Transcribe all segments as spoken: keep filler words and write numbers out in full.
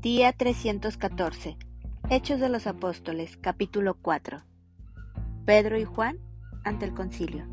Día trescientos catorce. Hechos de los Apóstoles, capítulo cuatro. Pedro y Juan ante el concilio.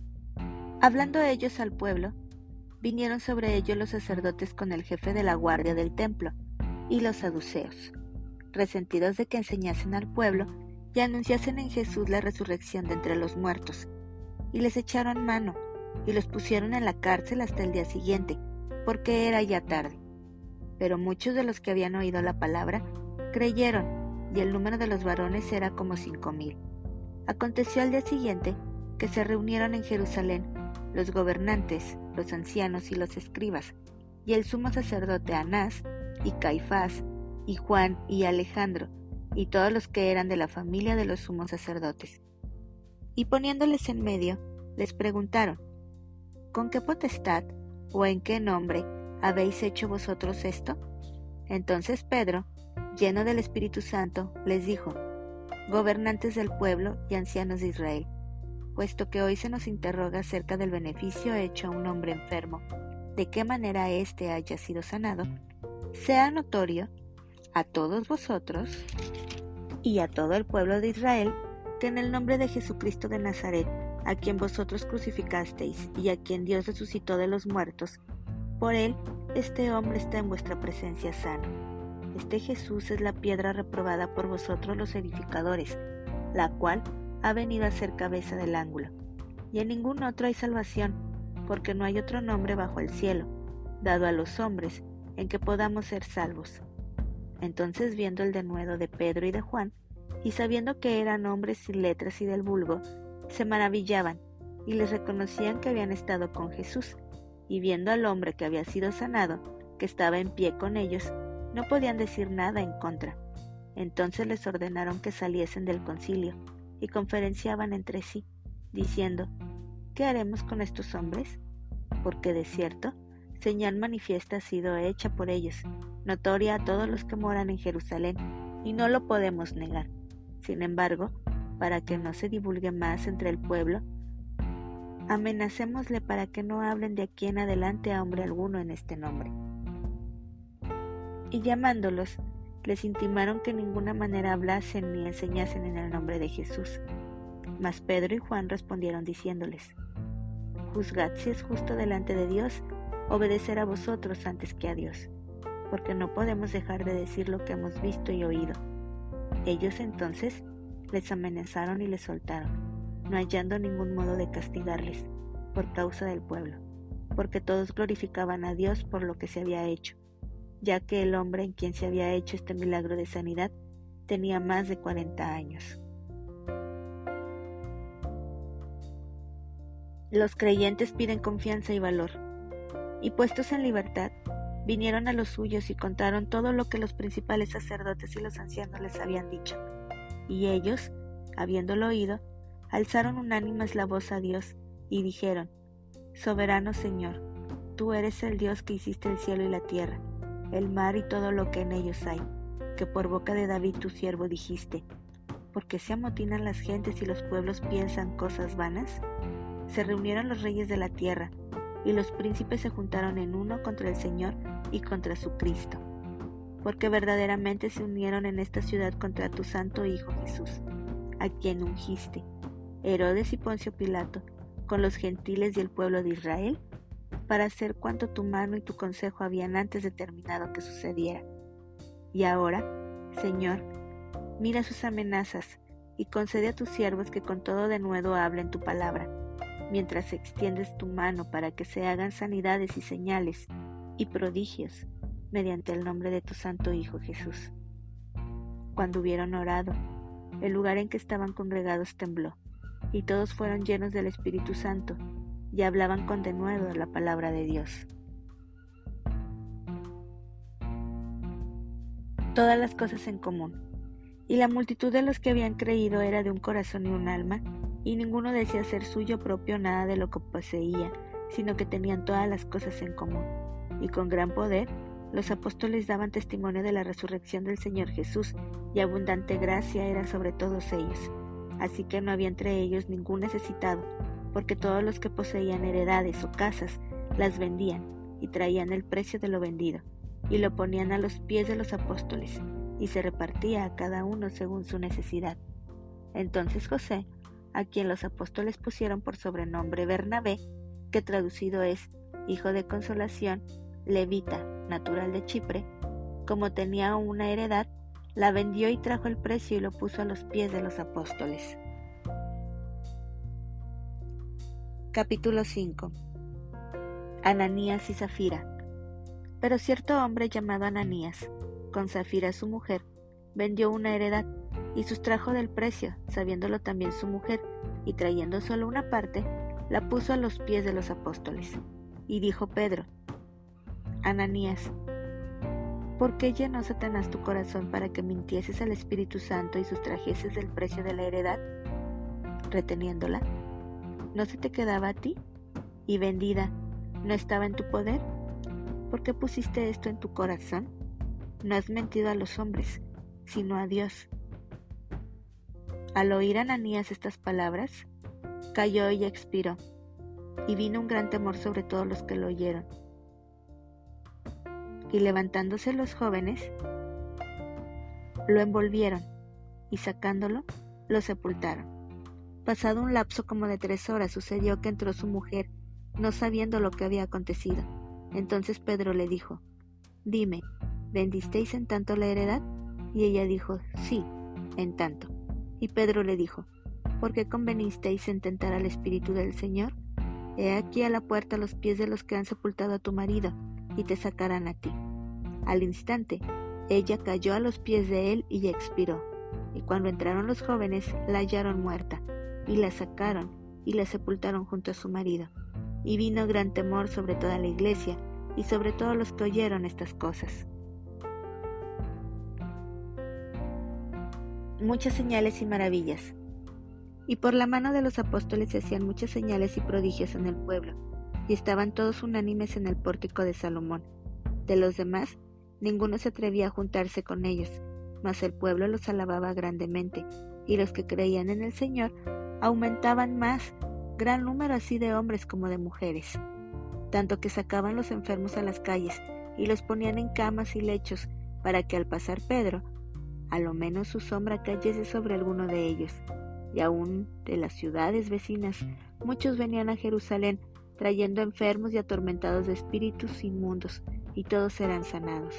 Hablando ellos al pueblo, vinieron sobre ellos los sacerdotes con el jefe de la guardia del templo y los saduceos, resentidos de que enseñasen al pueblo y anunciasen en Jesús la resurrección de entre los muertos, y les echaron mano y los pusieron en la cárcel hasta el día siguiente, porque era ya tarde. Pero muchos de los que habían oído la palabra creyeron, y el número de los varones era como cinco mil. Aconteció al día siguiente que se reunieron en Jerusalén los gobernantes, los ancianos y los escribas, y el sumo sacerdote Anás, y Caifás, y Juan, y Alejandro, y todos los que eran de la familia de los sumos sacerdotes. Y poniéndoles en medio, les preguntaron: ¿con qué potestad o en qué nombre habéis hecho vosotros esto? Entonces Pedro, lleno del Espíritu Santo, les dijo: Gobernantes del pueblo y ancianos de Israel, puesto que hoy se nos interroga acerca del beneficio hecho a un hombre enfermo, de qué manera éste haya sido sanado, sea notorio a todos vosotros y a todo el pueblo de Israel que en el nombre de Jesucristo de Nazaret, a quien vosotros crucificasteis y a quien Dios resucitó de los muertos, por él este hombre está en vuestra presencia sano. Este Jesús es la piedra reprobada por vosotros los edificadores, la cual ha venido a ser cabeza del ángulo. Y en ningún otro hay salvación, porque no hay otro nombre bajo el cielo, dado a los hombres, en que podamos ser salvos. Entonces, viendo el denuedo de Pedro y de Juan, y sabiendo que eran hombres sin letras y del vulgo, se maravillaban, y les reconocían que habían estado con Jesús, y viendo al hombre que había sido sanado, que estaba en pie con ellos, no podían decir nada en contra. Entonces les ordenaron que saliesen del concilio, y conferenciaban entre sí, diciendo: ¿qué haremos con estos hombres? Porque de cierto, señal manifiesta ha sido hecha por ellos, notoria a todos los que moran en Jerusalén, y no lo podemos negar. Sin embargo, para que no se divulgue más entre el pueblo, amenacémosle para que no hablen de aquí en adelante a hombre alguno en este nombre. Y llamándolos, les intimaron que en ninguna manera hablasen ni enseñasen en el nombre de Jesús. Mas Pedro y Juan respondieron diciéndoles: Juzgad si es justo delante de Dios obedecer a vosotros antes que a Dios, porque no podemos dejar de decir lo que hemos visto y oído. Ellos entonces les amenazaron y les soltaron, no hallando ningún modo de castigarles, por causa del pueblo, porque todos glorificaban a Dios por lo que se había hecho, ya que el hombre en quien se había hecho este milagro de sanidad tenía más de cuarenta años. Los creyentes piden confianza y valor, y puestos en libertad, vinieron a los suyos y contaron todo lo que los principales sacerdotes y los ancianos les habían dicho. Y ellos, habiéndolo oído, alzaron unánimes la voz a Dios, y dijeron: Soberano Señor, tú eres el Dios que hiciste el cielo y la tierra, el mar y todo lo que en ellos hay, que por boca de David tu siervo dijiste: ¿por qué se amotinan las gentes y los pueblos piensan cosas vanas? Se reunieron los reyes de la tierra, y los príncipes se juntaron en uno contra el Señor y contra su Cristo, porque verdaderamente se unieron en esta ciudad contra tu santo Hijo Jesús, a quien ungiste, Herodes y Poncio Pilato, con los gentiles y el pueblo de Israel, para hacer cuanto tu mano y tu consejo habían antes determinado que sucediera. Y ahora, Señor, mira sus amenazas, y concede a tus siervos que con todo denuedo hablen tu palabra, mientras extiendes tu mano para que se hagan sanidades y señales y prodigios mediante el nombre de tu santo Hijo Jesús. Cuando hubieron orado, el lugar en que estaban congregados tembló, y todos fueron llenos del Espíritu Santo, y hablaban con denuedo la palabra de Dios. Todas las cosas en común. Y la multitud de los que habían creído era de un corazón y un alma, y ninguno decía ser suyo propio nada de lo que poseía, sino que tenían todas las cosas en común. Y con gran poder los apóstoles daban testimonio de la resurrección del Señor Jesús, y abundante gracia era sobre todos ellos. Así que no había entre ellos ningún necesitado, porque todos los que poseían heredades o casas las vendían, y traían el precio de lo vendido, y lo ponían a los pies de los apóstoles, y se repartía a cada uno según su necesidad. Entonces José, a quien los apóstoles pusieron por sobrenombre Bernabé, que traducido es hijo de consolación, levita, natural de Chipre, como tenía una heredad, la vendió y trajo el precio y lo puso a los pies de los apóstoles. Capítulo cinco. Ananías y Zafira. Pero cierto hombre llamado Ananías, con Zafira su mujer, vendió una heredad y sustrajo del precio, sabiéndolo también su mujer, y trayendo solo una parte, la puso a los pies de los apóstoles. Y dijo Pedro: Ananías, ¿por qué llenó Satanás tu corazón para que mintieses al Espíritu Santo y sustrajeses del precio de la heredad, reteniéndola? ¿No se te quedaba a ti? Y vendida, ¿no estaba en tu poder? ¿Por qué pusiste esto en tu corazón? No has mentido a los hombres, sino a Dios. Al oír Ananías estas palabras, cayó y expiró, y vino un gran temor sobre todos los que lo oyeron. Y levantándose los jóvenes, lo envolvieron, y sacándolo, lo sepultaron. Pasado un lapso como de tres horas, sucedió que entró su mujer, no sabiendo lo que había acontecido. Entonces Pedro le dijo: Dime, ¿vendisteis en tanto la heredad? Y ella dijo: Sí, en tanto. Y Pedro le dijo: ¿Por qué convenisteis en tentar al Espíritu del Señor? He aquí a la puerta los pies de los que han sepultado a tu marido, y te sacarán a ti. Al instante, ella cayó a los pies de él y expiró. Y cuando entraron los jóvenes, la hallaron muerta, y la sacaron, y la sepultaron junto a su marido. Y vino gran temor sobre toda la iglesia, y sobre todos los que oyeron estas cosas. Muchas señales y maravillas. Y por la mano de los apóstoles se hacían muchas señales y prodigios en el pueblo, y estaban todos unánimes en el pórtico de Salomón. De los demás, ninguno se atrevía a juntarse con ellos, mas el pueblo los alababa grandemente, y los que creían en el Señor aumentaban más, gran número así de hombres como de mujeres, tanto que sacaban los enfermos a las calles y los ponían en camas y lechos, para que al pasar Pedro, a lo menos su sombra cayese sobre alguno de ellos. Y aún de las ciudades vecinas, muchos venían a Jerusalén, trayendo enfermos y atormentados de espíritus inmundos, y todos eran sanados.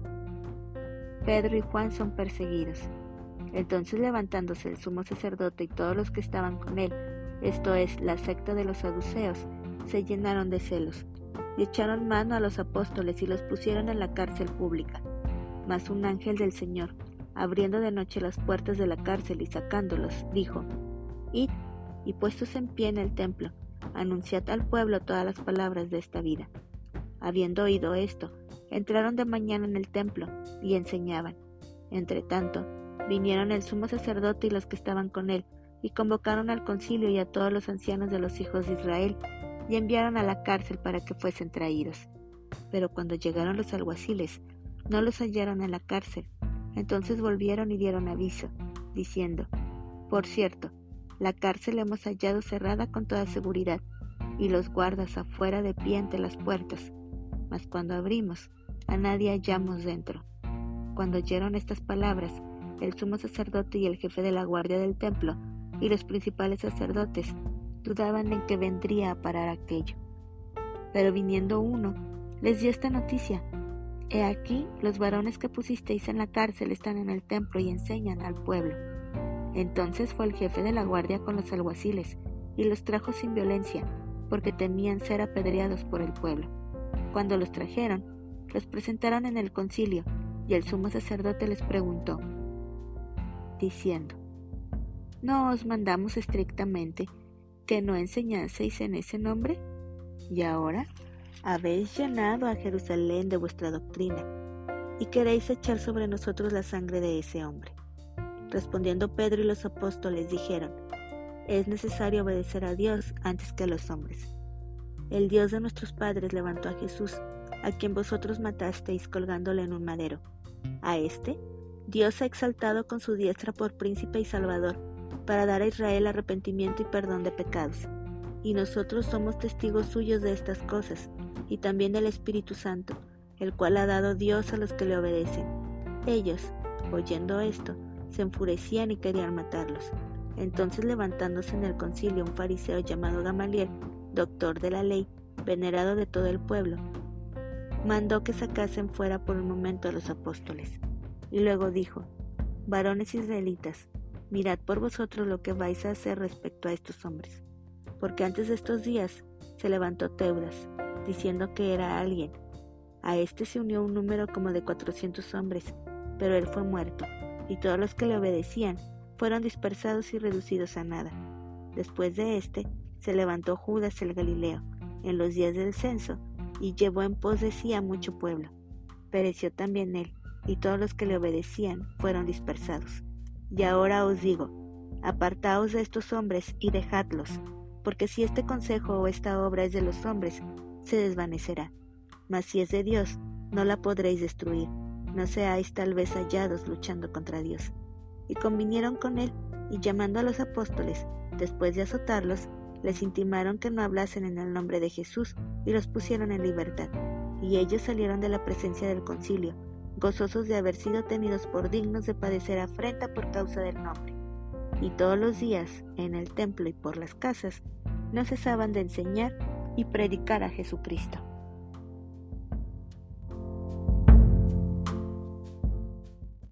Pedro y Juan son perseguidos. Entonces, levantándose el sumo sacerdote y todos los que estaban con él, esto es, la secta de los saduceos, se llenaron de celos, y echaron mano a los apóstoles y los pusieron en la cárcel pública. Mas un ángel del Señor, abriendo de noche las puertas de la cárcel y sacándolos, dijo: Id, y puestos en pie en el templo, anunciad al pueblo todas las palabras de esta vida. Habiendo oído esto, entraron de mañana en el templo, y enseñaban. Entre tanto, vinieron el sumo sacerdote y los que estaban con él, y convocaron al concilio y a todos los ancianos de los hijos de Israel, y enviaron a la cárcel para que fuesen traídos. Pero cuando llegaron los alguaciles, no los hallaron en la cárcel. Entonces volvieron y dieron aviso, diciendo: Por cierto, la cárcel hemos hallado cerrada con toda seguridad, y los guardas afuera de pie ante las puertas. Mas cuando abrimos, a nadie hallamos dentro. Cuando oyeron estas palabras, el sumo sacerdote y el jefe de la guardia del templo y los principales sacerdotes dudaban en que vendría a parar aquello. Pero viniendo uno, les dio esta noticia: He aquí, los varones que pusisteis en la cárcel están en el templo y enseñan al pueblo. Entonces fue el jefe de la guardia con los alguaciles, y los trajo sin violencia, porque temían ser apedreados por el pueblo. Cuando los trajeron, los presentaron en el concilio, y el sumo sacerdote les preguntó, diciendo: ¿No os mandamos estrictamente que no enseñaseis en ese nombre? Y ahora habéis llenado a Jerusalén de vuestra doctrina, y queréis echar sobre nosotros la sangre de ese hombre. Respondiendo Pedro y los apóstoles dijeron: Es necesario obedecer a Dios antes que a los hombres. El Dios de nuestros padres levantó a Jesús, a quien vosotros matasteis colgándole en un madero. A este Dios ha exaltado con su diestra por príncipe y salvador, para dar a Israel arrepentimiento y perdón de pecados. Y nosotros somos testigos suyos de estas cosas, y también del Espíritu Santo, el cual ha dado Dios a los que le obedecen. Ellos, oyendo esto, se enfurecían y querían matarlos. Entonces, levantándose en el concilio un fariseo llamado Gamaliel, doctor de la ley, venerado de todo el pueblo, mandó que sacasen fuera por un momento a los apóstoles. Y luego dijo: varones israelitas, mirad por vosotros lo que vais a hacer respecto a estos hombres. Porque antes de estos días se levantó Teudas, diciendo que era alguien. A este se unió un número como de cuatrocientos hombres, pero él fue muerto, y todos los que le obedecían fueron dispersados y reducidos a nada. Después de éste se levantó Judas el Galileo, en los días del censo, y llevó en pos de sí a mucho pueblo. Pereció también él, y todos los que le obedecían fueron dispersados. Y ahora os digo, apartaos de estos hombres y dejadlos, porque si este consejo o esta obra es de los hombres, se desvanecerá. Mas si es de Dios, no la podréis destruir, no seáis tal vez hallados luchando contra Dios. Y convinieron con él, y llamando a los apóstoles, después de azotarlos, les intimaron que no hablasen en el nombre de Jesús, y los pusieron en libertad. Y ellos salieron de la presencia del concilio, gozosos de haber sido tenidos por dignos de padecer afrenta por causa del nombre. Y todos los días, en el templo y por las casas, no cesaban de enseñar y predicar a Jesucristo.